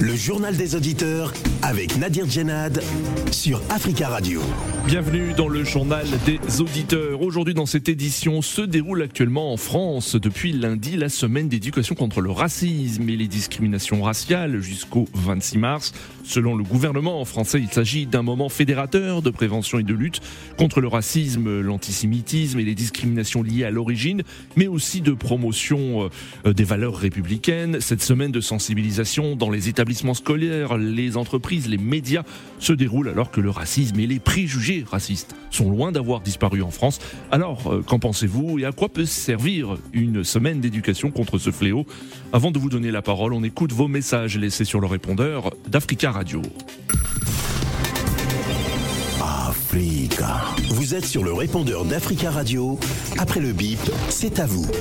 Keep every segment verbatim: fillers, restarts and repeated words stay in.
Le journal des auditeurs avec Nadir Djenad sur Africa Radio. Bienvenue dans le journal des auditeurs. Aujourd'hui dans cette édition se déroule actuellement en France depuis lundi la semaine d'éducation contre le racisme et les discriminations raciales jusqu'au vingt-six mars. Selon le gouvernement français, il s'agit d'un moment fédérateur de prévention et de lutte contre le racisme, l'antisémitisme et les discriminations liées à l'origine, mais aussi de promotion des valeurs républicaines. Cette semaine de sensibilisation dans les établissements scolaires, les entreprises, les médias se déroule alors que le racisme et les préjugés racistes sont loin d'avoir disparu en France. Alors, qu'en pensez-vous et à quoi peut servir une semaine d'éducation contre ce fléau ? Avant de vous donner la parole, on écoute vos messages laissés sur le répondeur d'Africa Radio. Africa. Vous êtes sur le répondeur d'Africa Radio. Après le bip, c'est à vous.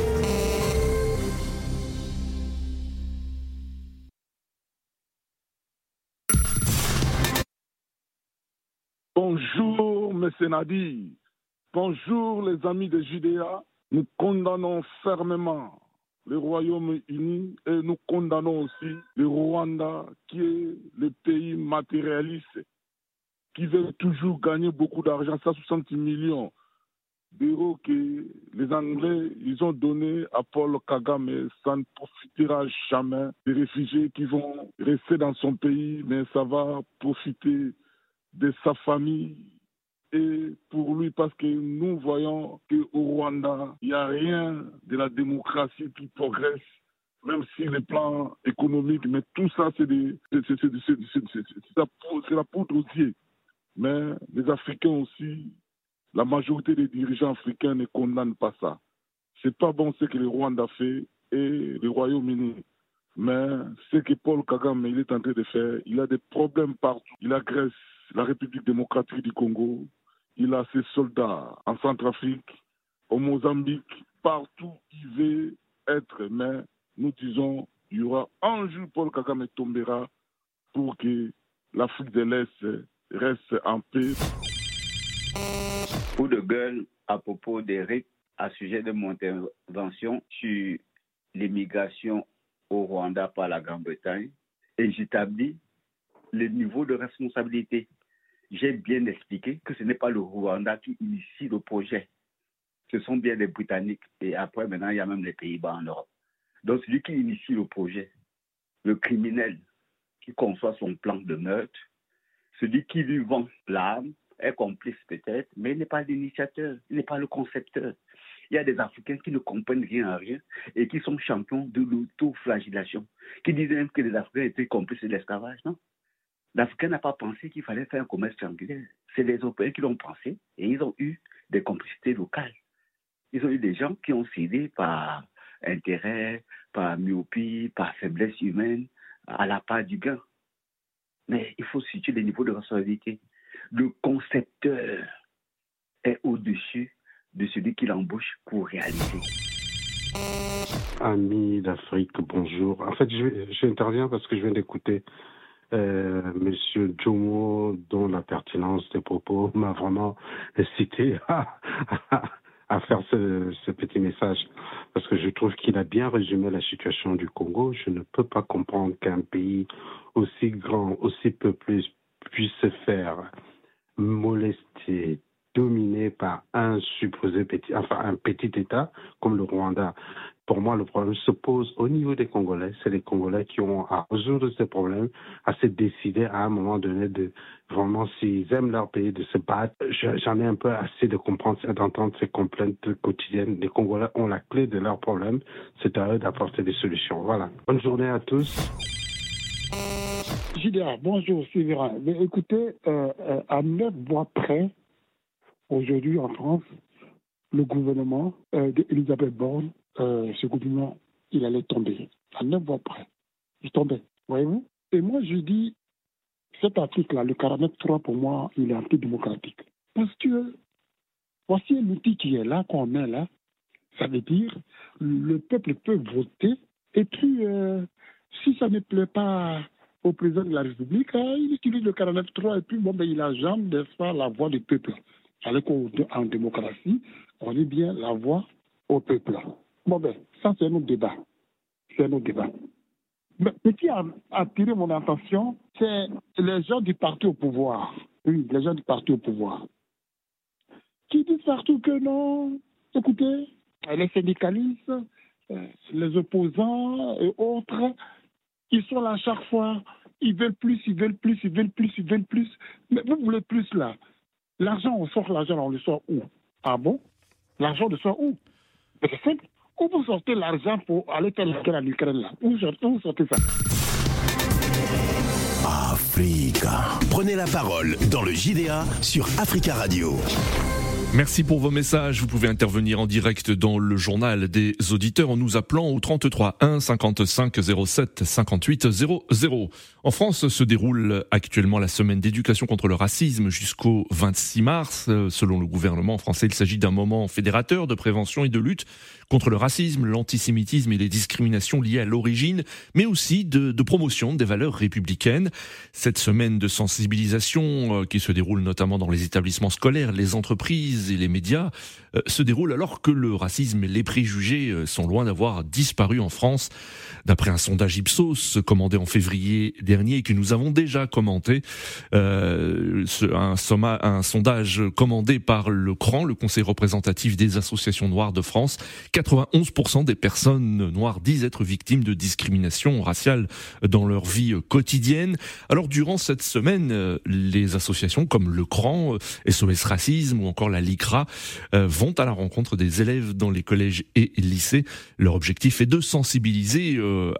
Bonjour, M. Nadi. Bonjour, les amis de Judéa. Nous condamnons fermement le Royaume-Uni et nous condamnons aussi le Rwanda, qui est le pays matérialiste, qui veut toujours gagner beaucoup d'argent, cent soixante millions d'euros que les Anglais ils ont donné à Paul Kagame. Ça ne profitera jamais des réfugiés qui vont rester dans son pays, mais ça va profiter de sa famille et pour lui, parce que nous voyons qu'au Rwanda, il n'y a rien de la démocratie qui progresse, même si les plans économiques, mais tout ça, c'est, des, c'est, c'est, c'est, c'est, c'est, c'est, c'est, c'est la poudre aux yeux. Mais les Africains aussi, la majorité des dirigeants africains ne condamnent pas ça. C'est pas bon ce que le Rwanda fait et le Royaume-Uni. Mais ce que Paul Kagame il est en train de faire, il a des problèmes partout. Il agresse la République démocratique du Congo, il a ses soldats en Centrafrique, au Mozambique, partout il veut être. Mais nous disons, il y aura un jour Paul Kagame tombera pour que l'Afrique de l'Est reste en paix. Coup de gueule à propos d'Eric à sujet de mon intervention sur l'immigration au Rwanda par la Grande-Bretagne, et j'établis le niveau de responsabilité. J'ai bien expliqué que ce n'est pas le Rwanda qui initie le projet. Ce sont bien les Britanniques. Et après, maintenant, il y a même les Pays-Bas en Europe. Donc, celui qui initie le projet, le criminel qui conçoit son plan de meurtre, celui qui lui vend l'arme, est complice peut-être, mais il n'est pas l'initiateur, il n'est pas le concepteur. Il y a des Africains qui ne comprennent rien à rien et qui sont champions de l'autoflagellation, qui disaient même que les Africains étaient complices de l'esclavage, non ? L'Africain n'a pas pensé qu'il fallait faire un commerce triangulaire. C'est les Européens qui l'ont pensé et ils ont eu des complicités locales. Ils ont eu des gens qui ont cédé par intérêt, par myopie, par faiblesse humaine, à la part du gain. Mais il faut situer les niveaux de responsabilité. Le concepteur est au-dessus de celui qui l'embauche pour réaliser. Amis d'Afrique, bonjour. En fait, je, j'interviens parce que je viens d'écouter euh, Monsieur Jomo, dont la pertinence des propos m'a vraiment incité à, à, à faire ce, ce petit message. Parce que je trouve qu'il a bien résumé la situation du Congo. Je ne peux pas comprendre qu'un pays aussi grand, aussi peuplé, puisse se faire molester, dominé par un supposé petit, enfin un petit État comme le Rwanda. Pour moi, le problème se pose au niveau des Congolais. C'est les Congolais qui ont à résoudre ces problèmes, à se décider à un moment donné de vraiment, s'ils aiment leur pays, de se battre. J'en ai un peu assez de comprendre, d'entendre ces complaintes quotidiennes. Les Congolais ont la clé de leurs problèmes. C'est à eux d'apporter des solutions. Voilà. Bonne journée à tous. Julia, bonjour, Séverin. Mais écoutez, euh, euh, à neuf mois près, aujourd'hui en France, le gouvernement euh, d'Elisabeth Borne, euh, ce gouvernement, il allait tomber. À neuf mois près, il tombait, voyez-vous. Et moi, je dis, cet article-là, le quarante-neuf trois, pour moi, il est antidémocratique. Parce que voici un outil qui est là, qu'on met là. Ça veut dire, le peuple peut voter, et puis, euh, si ça ne plaît pas au président de la République, hein, il utilise le quarante-neuf trois, et puis, bon, ben, il a jamais, n'est-ce pas, la voix du peuple. Alors qu'en démocratie, on dit bien la voix au peuple. Bon ben, ça c'est un autre débat. C'est un autre débat. Mais ce qui a attiré mon attention, c'est les gens du parti au pouvoir. Oui, les gens du parti au pouvoir. Qui disent partout que non. Écoutez, les syndicalistes, les opposants et autres, ils sont là chaque fois. Ils veulent plus, ils veulent plus, ils veulent plus, ils veulent plus. Mais vous voulez plus là. L'argent, on sort l'argent, on le sort où? Ah bon? L'argent, on le sort où? Mais c'est simple. Où vous sortez l'argent pour aller faire la guerre à l'Ukraine là? Où vous sortez ça? Africa. Prenez la parole dans le J D A sur Africa Radio. Merci pour vos messages. Vous pouvez intervenir en direct dans le journal des auditeurs en nous appelant au trente-trois un cinquante-cinq zéro sept cinquante-huit zéro zéro. En France se déroule actuellement la semaine d'éducation contre le racisme jusqu'au vingt-six mars. Selon le gouvernement français, il s'agit d'un moment fédérateur de prévention et de lutte contre le racisme, l'antisémitisme et les discriminations liées à l'origine, mais aussi de, de promotion des valeurs républicaines. Cette semaine de sensibilisation euh, qui se déroule notamment dans les établissements scolaires, les entreprises et les médias euh, se déroule alors que le racisme et les préjugés euh, sont loin d'avoir disparu en France. D'après un sondage Ipsos commandé en février dernier et que nous avons déjà commenté, euh, un, soma, un sondage commandé par le C R A N, le Conseil représentatif des associations noires de France, quatre-vingt-onze pour cent des personnes noires disent être victimes de discrimination raciale dans leur vie quotidienne. Alors durant cette semaine, les associations comme le C R A N, S O S Racisme ou encore la LICRA vont à la rencontre des élèves dans les collèges et lycées. Leur objectif est de sensibiliser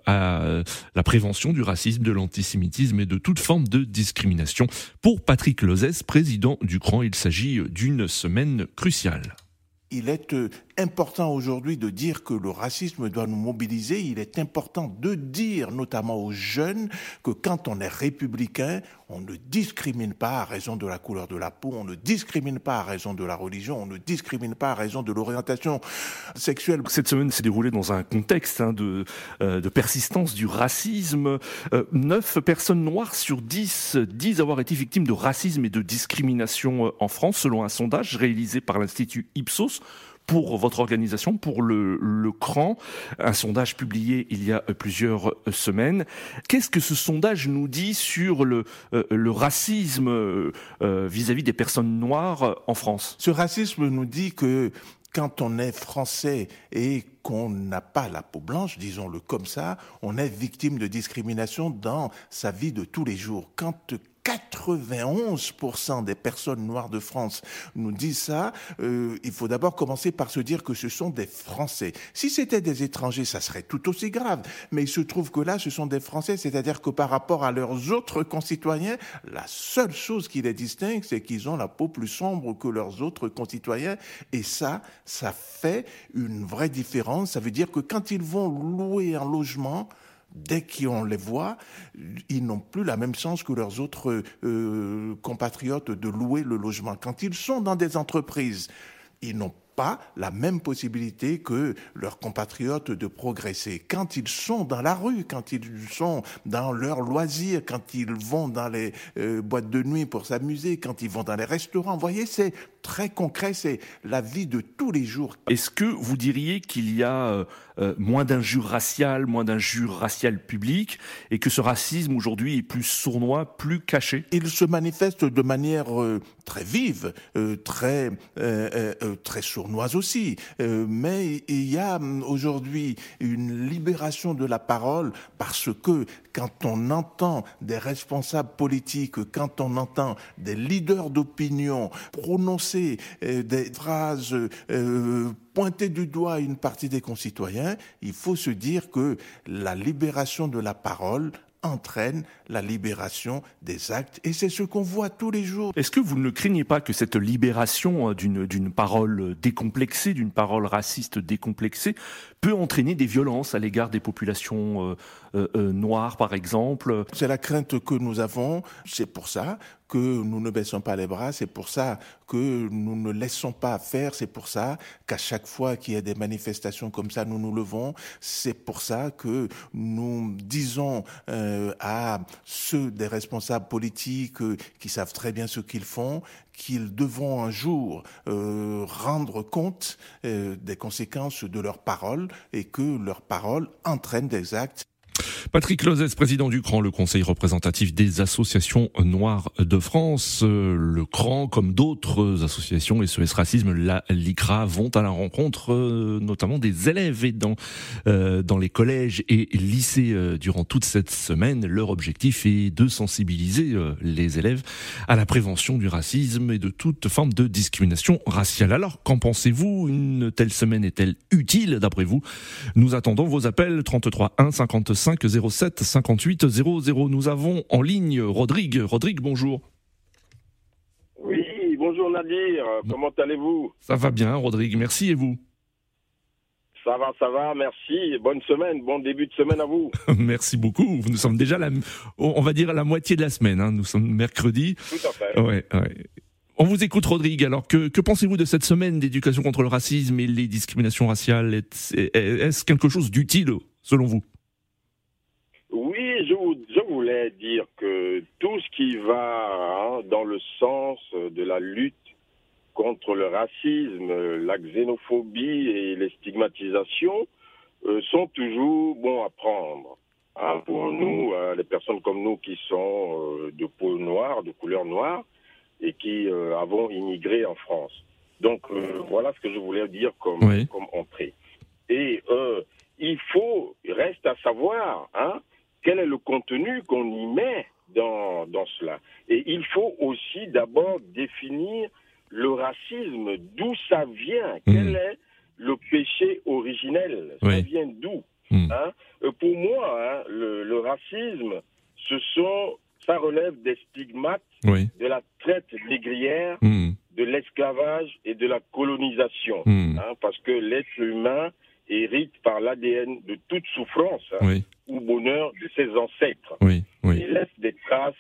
à la prévention du racisme, de l'antisémitisme et de toute forme de discrimination. Pour Patrick Lozès, président du C R A N, il s'agit d'une semaine cruciale. Il est important aujourd'hui de dire que le racisme doit nous mobiliser. Il est important de dire, notamment aux jeunes, que quand on est républicain, on ne discrimine pas à raison de la couleur de la peau, on ne discrimine pas à raison de la religion, on ne discrimine pas à raison de l'orientation sexuelle. Cette semaine s'est déroulée dans un contexte hein, de, euh, de persistance du racisme. Euh, neuf personnes noires sur dix disent avoir été victimes de racisme et de discrimination en France, selon un sondage réalisé par l'Institut Ipsos pour votre organisation, pour le, le C R A N, un sondage publié il y a plusieurs semaines. Qu'est-ce que ce sondage nous dit sur le, euh, le racisme euh, vis-à-vis des personnes noires en France? Ce racisme nous dit que quand on est français et qu'on n'a pas la peau blanche, disons-le comme ça, on est victime de discrimination dans sa vie de tous les jours. Quand quatre-vingt-onze pour cent des personnes noires de France nous disent ça, euh, il faut d'abord commencer par se dire que ce sont des Français. Si c'était des étrangers, ça serait tout aussi grave. Mais il se trouve que là, ce sont des Français, c'est-à-dire que par rapport à leurs autres concitoyens, la seule chose qui les distingue, c'est qu'ils ont la peau plus sombre que leurs autres concitoyens. Et ça, ça fait une vraie différence. Ça veut dire que quand ils vont louer un logement, dès qu'on les voit, ils n'ont plus la même chance que leurs autres euh, compatriotes de louer le logement. Quand ils sont dans des entreprises, ils n'ont pas la même possibilité que leurs compatriotes de progresser. Quand ils sont dans la rue, quand ils sont dans leurs loisirs, quand ils vont dans les euh, boîtes de nuit pour s'amuser, quand ils vont dans les restaurants, vous voyez, c'est très concret, c'est la vie de tous les jours. Est-ce que vous diriez qu'il y a euh, moins d'injures raciales, moins d'injures raciales publiques, et que ce racisme aujourd'hui est plus sournois, plus caché? Il se manifeste de manière euh, très vive, euh, très euh, euh, très sournoise aussi, euh, mais il y a aujourd'hui une libération de la parole parce que quand on entend des responsables politiques, quand on entend des leaders d'opinion prononcer euh, des phrases euh, pointer du doigt une partie des concitoyens, il faut se dire que la libération de la parole entraîne la libération des actes. Et c'est ce qu'on voit tous les jours. Est-ce que vous ne craignez pas que cette libération d'une, d'une parole décomplexée, d'une parole raciste décomplexée, peut entraîner des violences à l'égard des populations euh, euh, noires, par exemple? C'est la crainte que nous avons. C'est pour ça que nous ne baissons pas les bras, c'est pour ça que nous ne laissons pas faire, c'est pour ça qu'à chaque fois qu'il y a des manifestations comme ça, nous nous levons, c'est pour ça que nous disons euh, à ceux des responsables politiques euh, qui savent très bien ce qu'ils font, qu'ils devront un jour euh, rendre compte euh, des conséquences de leurs paroles et que leurs paroles entraînent des actes. Patrick Lozès, président du C R A N, le Conseil représentatif des associations noires de France. Le C R A N, comme d'autres associations, S O S Racisme, la l'I C R A, vont à la rencontre notamment des élèves et dans, euh, dans les collèges et lycées euh, durant toute cette semaine. Leur objectif est de sensibiliser euh, les élèves à la prévention du racisme et de toute forme de discrimination raciale. Alors, qu'en pensez-vous? Une telle semaine est-elle utile d'après vous? Nous attendons vos appels trente-trois un cinquante-cinq zéro sept cinquante-huit zéro zéro. Nous avons en ligne Rodrigue. Rodrigue, bonjour. Oui, bonjour Nadir, comment allez-vous? Ça va bien Rodrigue, merci, et vous? Ça va, ça va, merci. Bonne semaine, bon début de semaine à vous. Merci beaucoup. Nous sommes déjà, la, on va dire, à la moitié de la semaine. Hein. Nous sommes mercredi. Tout à fait. Ouais, ouais. On vous écoute, Rodrigue. Alors, que, que pensez-vous de cette semaine d'éducation contre le racisme et les discriminations raciales? Est-ce quelque chose d'utile, selon vous? Oui, je, je voulais dire que tout ce qui va hein, dans le sens de la lutte contre le racisme, la xénophobie et les stigmatisations euh, sont toujours bons à prendre. Hein, pour nous, euh, les personnes comme nous qui sont euh, de peau noire, de couleur noire, et qui euh, avons immigré en France. Donc euh, voilà ce que je voulais dire comme, oui. comme entrée. Et euh, il faut, reste à savoir, hein, quel est le contenu qu'on y met dans, dans cela. Et il faut aussi d'abord définir le racisme, d'où ça vient, mmh. quel est le péché originel, oui. ça vient d'où. Mmh. Hein? Pour moi, hein, le, le racisme, ce sont, ça relève des stigmates oui. de la traite négrière, mmh. de l'esclavage et de la colonisation. Mmh. Hein, parce que l'être humain hérite par l'A D N de toute souffrance hein, oui. ou bonheur de ses ancêtres. Oui. Oui. Il laisse des traces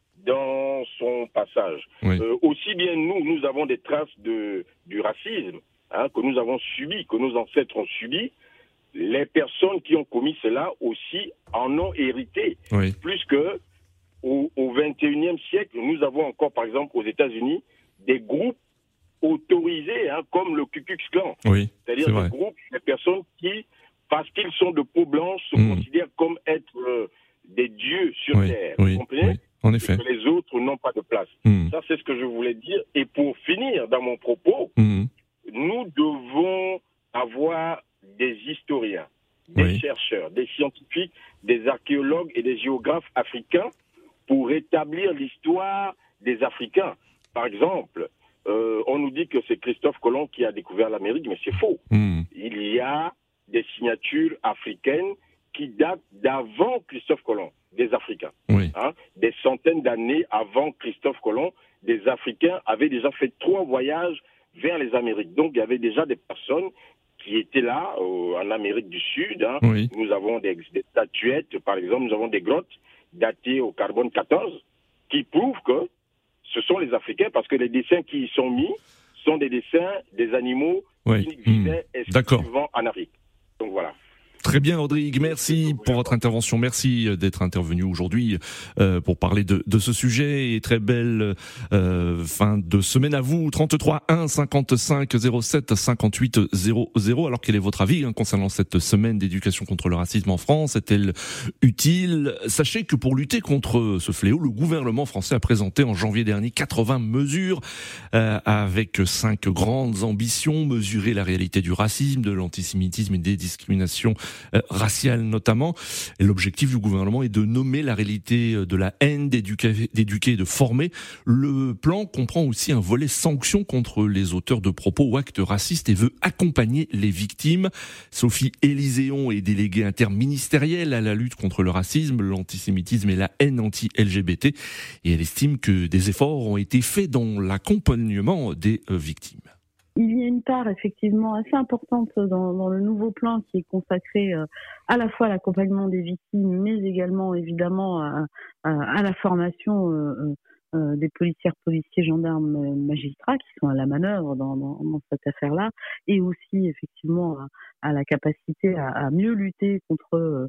dans son passage. Oui. Euh, aussi bien nous, nous avons des traces de, du racisme hein, que nous avons subi, que nos ancêtres ont subi. Les personnes qui ont commis cela aussi en ont hérité. Oui. Plus que au, au vingt et unième siècle, nous avons encore, par exemple, aux États-Unis, des groupes autorisés, hein, comme le Ku Klux Klan. Oui, c'est-à-dire des groupes, des personnes qui, parce qu'ils sont de peau blanche, se mmh. considèrent comme être euh, des dieux sur oui. Terre. Oui. Vous comprenez? Oui. En effet. Et que les autres n'ont pas de place. Mmh. Ça, c'est ce que je voulais dire. Et pour finir dans mon propos, mmh. nous devons avoir des historiens, des oui. chercheurs, des scientifiques, des archéologues et des géographes africains pour établir l'histoire des Africains. Par exemple, euh, on nous dit que c'est Christophe Colomb qui a découvert l'Amérique, mais c'est faux. Mmh. Il y a des signatures africaines qui datent d'avant Christophe Colomb, des Africains. Oui. Hein, des centaines d'années avant Christophe Colomb, des Africains avaient déjà fait trois voyages vers les Amériques. Donc, il y avait déjà des personnes qui étaient là, euh, en Amérique du Sud. Hein. Oui. Nous avons des, des statuettes, par exemple, nous avons des grottes datées au carbone quatorze qui prouvent que ce sont les Africains, parce que les dessins qui y sont mis sont des dessins des animaux oui. qui vivaient mmh. exclusivement en Afrique. Donc, voilà. Très bien, Rodrigue, merci pour votre intervention. Merci d'être intervenu aujourd'hui euh, pour parler de, de ce sujet. Et très belle euh, fin de semaine à vous. trente-trois un cinquante-cinq zéro sept cinquante-huit zéro zéro. Alors, quel est votre avis hein, concernant cette semaine d'éducation contre le racisme en France? Est-elle utile? Sachez que pour lutter contre ce fléau, le gouvernement français a présenté en janvier dernier quatre-vingts mesures euh, avec cinq grandes ambitions. Mesurer la réalité du racisme, de l'antisémitisme et des discriminations Euh, raciale notamment. Et l'objectif du gouvernement est de nommer la réalité de la haine, d'éduquer, d'éduquer et de former. Le plan comprend aussi un volet sanction contre les auteurs de propos ou actes racistes et veut accompagner les victimes. Sophie Élyséon est déléguée interministérielle à la lutte contre le racisme, l'antisémitisme et la haine anti-L G B T. Et elle estime que des efforts ont été faits dans l'accompagnement des euh, victimes. Il y a une part effectivement assez importante dans, dans le nouveau plan qui est consacré euh, à la fois à l'accompagnement des victimes, mais également évidemment à, à, à la formation euh, euh, des policières, policiers, gendarmes, euh, magistrats qui sont à la manœuvre dans, dans, dans cette affaire-là, et aussi effectivement à, à la capacité à, à mieux lutter contre euh,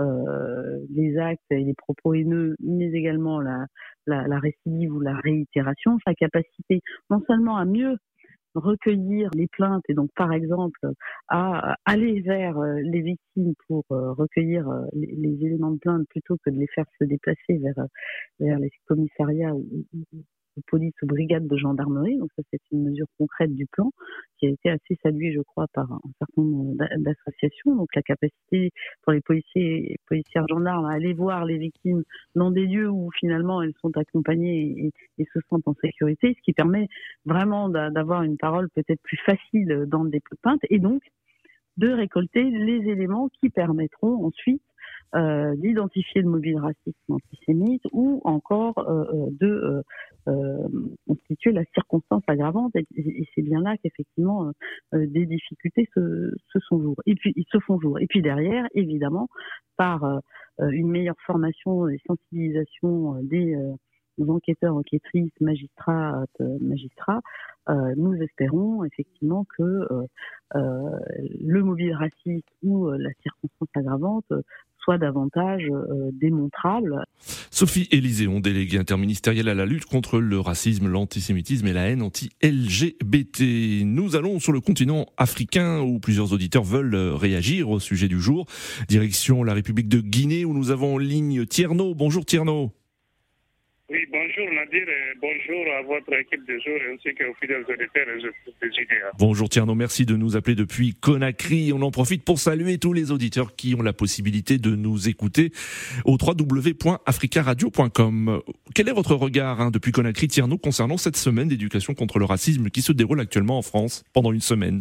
euh, les actes et les propos haineux, mais également la, la, la récidive ou la réitération, sa capacité non seulement à mieux recueillir les plaintes et donc par exemple à aller vers les victimes pour recueillir les, les éléments de plainte plutôt que de les faire se déplacer vers, vers les commissariats ou, ou police ou brigade de gendarmerie. Donc ça, c'est une mesure concrète du plan qui a été assez saluée, je crois, par un certain nombre d'associations. Donc la capacité pour les policiers, policières gendarmes à aller voir les victimes dans des lieux où finalement elles sont accompagnées et, et se sentent en sécurité, ce qui permet vraiment d'avoir une parole peut-être plus facile dans le dépôt de plainte et donc de récolter les éléments qui permettront ensuite Euh, d'identifier le mobile racisme antisémite ou encore euh, de euh, euh, constituer la circonstance aggravante. Et, et c'est bien là qu'effectivement euh, des difficultés se, se, sont jour. Et puis, ils se font jour. Et puis derrière, évidemment, par euh, une meilleure formation et sensibilisation des euh, enquêteurs, enquêtrices, magistrats, euh, magistrats, euh, nous espérons effectivement que euh, euh, le mobile raciste ou euh, la circonstance aggravante euh, soit davantage euh, démontrable. Sophie Élyséon, déléguée interministérielle à la lutte contre le racisme, l'antisémitisme et la haine anti-L G B T. Nous allons sur le continent africain où plusieurs auditeurs veulent réagir au sujet du jour. Direction la République de Guinée où nous avons en ligne Tierno. Bonjour Tierno. Oui, bonjour Nadir et bonjour à votre équipe de jour ainsi qu'aux fidèles auditeurs de J D A. Bonjour Tierno, merci de nous appeler depuis Conakry. On en profite pour saluer tous les auditeurs qui ont la possibilité de nous écouter au w w w point africa radio point com. Quel est votre regard hein, depuis Conakry, Tierno, concernant cette semaine d'éducation contre le racisme qui se déroule actuellement en France pendant une semaine?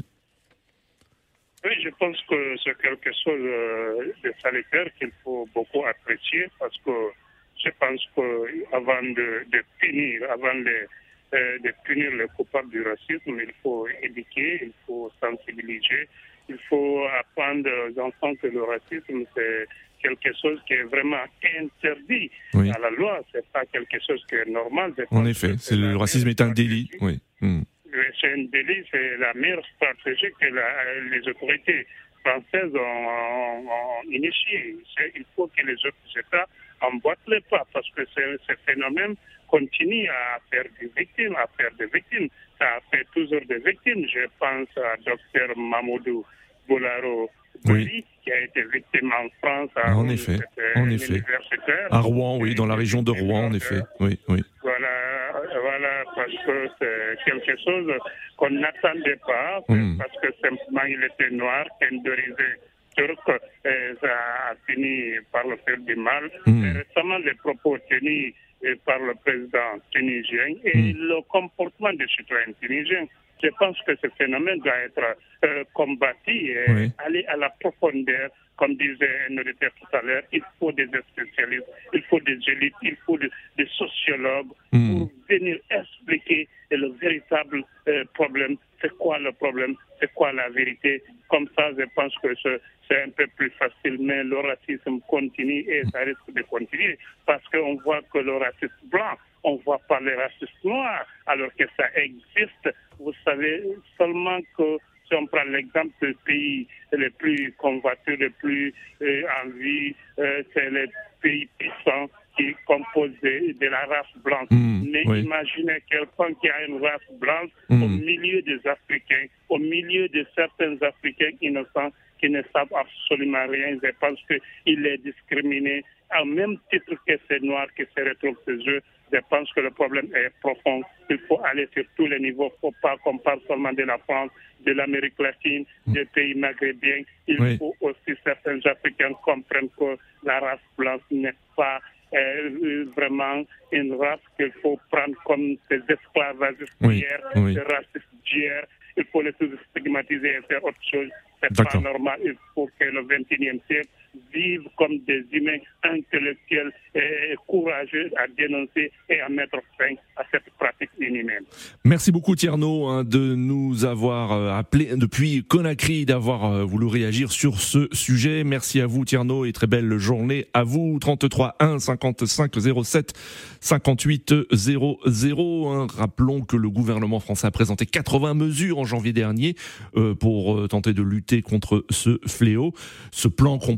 Oui, je pense que c'est quelque chose de salutaire qu'il faut beaucoup apprécier parce que je pense qu'avant de, de punir, avant de, euh, de punir les coupables du racisme, il faut éduquer, il faut sensibiliser, il faut apprendre aux enfants que le racisme, c'est quelque chose qui est vraiment interdit oui. à la loi. C'est pas quelque chose qui est normal. En effet, c'est le racisme est un délit. Oui. Mmh. C'est un délit, c'est la meilleure stratégie que la, les autorités françaises ont, ont, ont initiée. Il faut que les autres États emboîtent les pas parce que ce, ce phénomène continue à faire des victimes, à faire des victimes. Ça a fait toujours des victimes. Je pense à docteur Mamadou Boularo oui. qui a été victime en France. À en effet, en effet. À Rouen, oui, dans la région de Rouen, en effet. Oui, oui. Voilà, voilà, parce que c'est quelque chose qu'on n'attendait pas, mmh. parce que simplement il était noir, tendorisé. Turc, et ça a fini par le faire du mal. Mmh. Et récemment, les propos tenus par le président tunisien et mmh. le comportement des citoyens tunisiens, je pense que ce phénomène doit être euh, combattu et oui. aller à la profondeur. Comme disait un auditeur tout à l'heure, il faut des spécialistes, il faut des élites, il faut des, des sociologues mmh. pour venir expliquer le véritable euh, problème. C'est quoi le problème? C'est quoi la vérité? Comme ça, je pense que ce, c'est un peu plus facile. Mais le racisme continue et ça risque de continuer parce qu'on voit que le racisme blanc, on ne voit pas le racisme noir alors que ça existe. Vous savez seulement que si on prend l'exemple des pays les plus convoités, les plus euh, en vie, euh, c'est les pays puissants qui composent de, de la race blanche. Mmh, Mais oui. imaginez quelqu'un qui a une race blanche mmh. au milieu des Africains, au milieu de certains Africains innocents qui ne savent absolument rien. Je pense qu'il est discriminé au même titre que ces Noirs qui se retrouvent chez eux. Je pense que le problème est profond. Il faut aller sur tous les niveaux. Il ne faut pas qu'on parle seulement de la France, de l'Amérique latine, mmh. des pays maghrébiens. Il oui. faut aussi certains Africains comprennent que la race blanche n'est pas euh, vraiment une race qu'il faut prendre comme des esclavagistes d'hier, oui. oui. des racistes d'hier. Il faut les stigmatiser et faire autre chose. C'est pas normal. Il faut que le vingt et unième siècle vivent comme des humains intellectuels et courageux à dénoncer et à mettre fin à cette pratique inhumaine. Merci beaucoup Tierno hein, de nous avoir euh, appelé depuis Conakry, d'avoir euh, voulu réagir sur ce sujet. Merci à vous Tierno et très belle journée à vous. trente-trois un cinquante-cinq zéro sept cinquante-huit zéro zéro. Hein. Rappelons que le gouvernement français a présenté quatre-vingts mesures en janvier dernier euh, pour euh, tenter de lutter contre ce fléau. Ce plan comprend notamment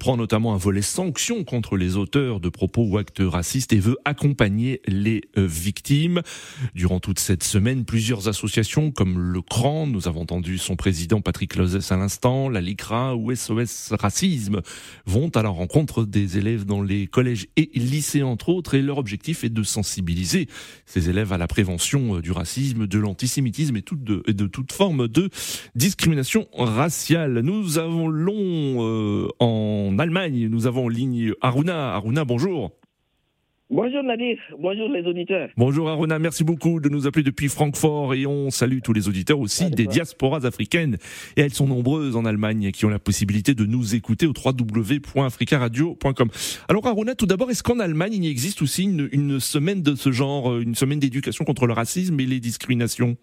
notamment un volet sanctions contre les auteurs de propos ou actes racistes et veut accompagner les euh, victimes. Durant toute cette semaine, plusieurs associations comme le C R A N, nous avons entendu son président Patrick Lozès à l'instant, la LICRA ou S O S Racisme vont à la rencontre des élèves dans les collèges et lycées entre autres, et leur objectif est de sensibiliser ces élèves à la prévention du racisme, de l'antisémitisme et, toute de, et de toute forme de discrimination raciale. Nous avons long euh, en Allemagne, nous avons en ligne Aruna. Aruna, bonjour. Bonjour Nadir, bonjour les auditeurs. Bonjour Aruna, merci beaucoup de nous appeler depuis Francfort et on salue tous les auditeurs aussi des diasporas africaines et elles sont nombreuses en Allemagne qui ont la possibilité de nous écouter au w w w point africa radio point com. Alors Aruna, tout d'abord, est-ce qu'en Allemagne il existe aussi une, une semaine de ce genre, une semaine d'éducation contre le racisme et les discriminations?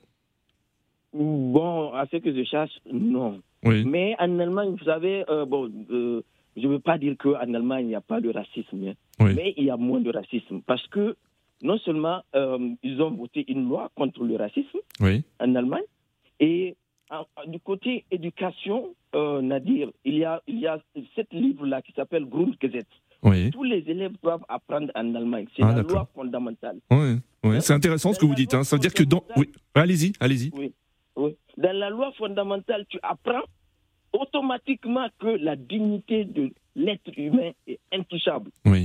Bon, à ce que je cherche, non. Oui. Mais en Allemagne, vous savez, euh, bon... Euh, je ne veux pas dire qu'en Allemagne, il n'y a pas de racisme, hein, oui. mais il y a moins de racisme. Parce que non seulement euh, ils ont voté une loi contre le racisme oui. en Allemagne, et en, du côté éducation, euh, Nadir, il y a, il y a ce livre-là qui s'appelle Grundgesetz. Oui. Tous les élèves doivent apprendre en Allemagne. C'est ah, la d'accord. loi fondamentale. Oui, oui. Hein? C'est intéressant ce que vous dites. Hein. Ça veut dire que dans... Oui. Allez-y, allez-y. Oui. Oui. Dans la loi fondamentale, tu apprends automatiquement que la dignité de l'être humain est intouchable. Oui.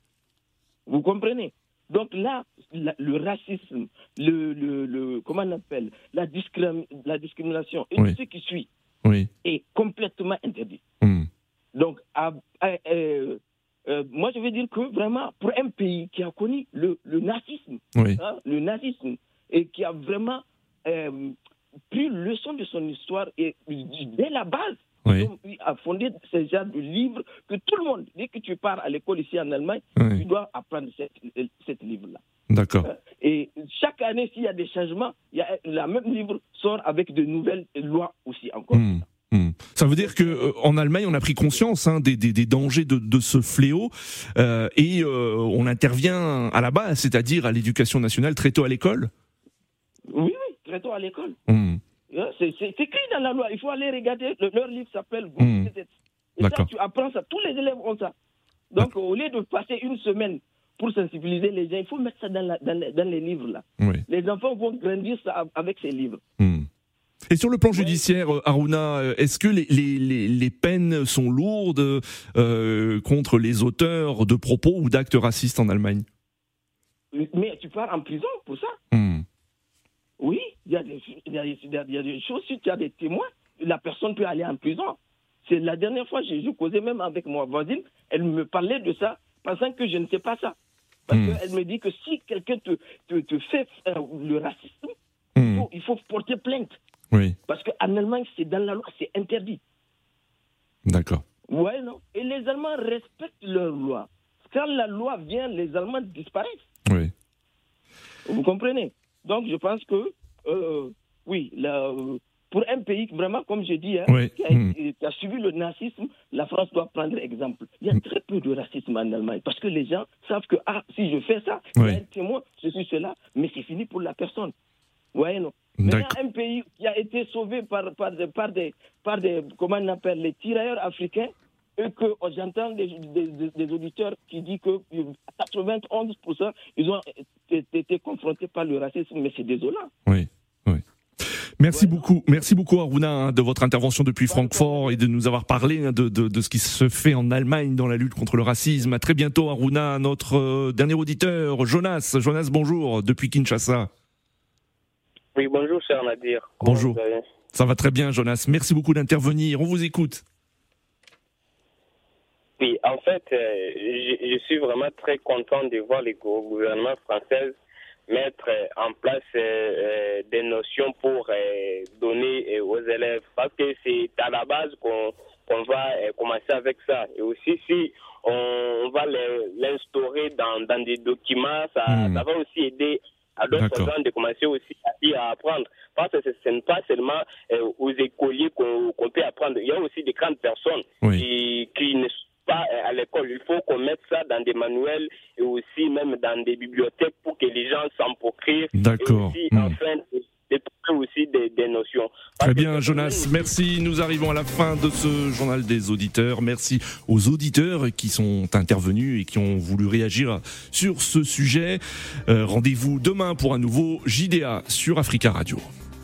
Vous comprenez? Donc là, la, le racisme, le, le, le, comment on appelle, la, discrim, la discrimination et oui. tout ce qui suit oui. est complètement interdit. Mm. Donc, à, à, euh, euh, moi je veux dire que vraiment, pour un pays qui a connu le, le nazisme, oui. hein, le nazisme, et qui a vraiment... Euh, pris leçon de son histoire et dès la base, oui. il a fondé ce genre de livre que tout le monde, dès que tu pars à l'école ici en Allemagne, oui. tu dois apprendre ce livre-là. D'accord. Et chaque année, s'il y a des changements, il y a, le même livre sort avec de nouvelles lois aussi encore. Mmh. Mmh. Ça veut dire que euh, en Allemagne, on a pris conscience hein, des, des, des dangers de, de ce fléau euh, et euh, on intervient à la base, c'est-à-dire à l'éducation nationale très tôt à l'école. Oui, oui. Très tôt à l'école. Mmh. C'est, c'est écrit dans la loi. Il faut aller regarder. Le, leur livre s'appelle mmh. Et ça, tu apprends ça. Tous les élèves ont ça. Donc, D'accord. au lieu de passer une semaine pour sensibiliser les gens, il faut mettre ça dans, la, dans, les, dans les livres là. Oui. Les enfants vont grandir ça avec ces livres. Mmh. Et sur le plan judiciaire, Aruna, est-ce que les, les, les peines sont lourdes euh, contre les auteurs de propos ou d'actes racistes en Allemagne? Mais tu pars en prison pour ça. Mmh. Oui, il y, a des, il, y a, il y a des choses, si tu as des témoins, la personne peut aller en prison. C'est la dernière fois, je, je causais même avec ma voisine, elle me parlait de ça, pensant que je ne sais pas ça. Parce mmh. qu'elle me dit que si quelqu'un te, te, te fait euh, le racisme, mmh. il, faut, il faut porter plainte. Oui. Parce qu'en Allemagne, c'est dans la loi, c'est interdit. D'accord. Ouais, non. Et les Allemands respectent leur loi. Quand la loi vient, les Allemands disparaissent. Oui. Vous comprenez? Donc, je pense que, euh, oui, la, pour un pays, vraiment, comme je dis, hein, oui. qui, a, mmh. qui a subi le nazisme, la France doit prendre exemple. Il y a très peu de racisme en Allemagne, parce que les gens savent que, ah, si je fais ça, oui. il y a un témoin, je suis cela, mais c'est fini pour la personne. Vous voyez, non? Maintenant, un pays qui a été sauvé par, par, des, par, des, par des, comment on appelle, les tirailleurs africains, et que oh, j'entends des, des, des auditeurs qui disent que quatre-vingt-onze pour cent ils ont été, été confrontés par le racisme, mais c'est désolant. Oui, oui. Merci ouais. beaucoup, merci beaucoup Aruna hein, de votre intervention depuis Francfort et de nous avoir parlé hein, de, de, de ce qui se fait en Allemagne dans la lutte contre le racisme. À très bientôt Aruna, notre euh, dernier auditeur, Jonas. Jonas, bonjour, depuis Kinshasa. Oui, bonjour cher Nadir. Bonjour, ça va très bien Jonas, merci beaucoup d'intervenir, on vous écoute. Oui, en fait, euh, je, je suis vraiment très content de voir le gouvernement français mettre en place euh, des notions pour euh, donner euh, aux élèves, parce que c'est à la base qu'on, qu'on va euh, commencer avec ça. Et aussi, si on, on va l'instaurer dans, dans des documents, ça, mmh. ça va aussi aider à d'autres gens de commencer aussi à, à apprendre. Parce que ce n'est pas seulement euh, aux écoliers qu'on, qu'on peut apprendre. Il y a aussi des grandes personnes oui. qui, qui ne sont pas à l'école. Il faut qu'on mette ça dans des manuels et aussi même dans des bibliothèques pour que les gens s'en procurent. D'accord. Et aussi, mmh. enfin, de transmettre aussi des, des notions. Très bien, Jonas, merci. Nous arrivons à la fin de ce journal des auditeurs. Merci aux auditeurs qui sont intervenus et qui ont voulu réagir sur ce sujet. Euh, rendez-vous demain pour un nouveau J D A sur Africa Radio.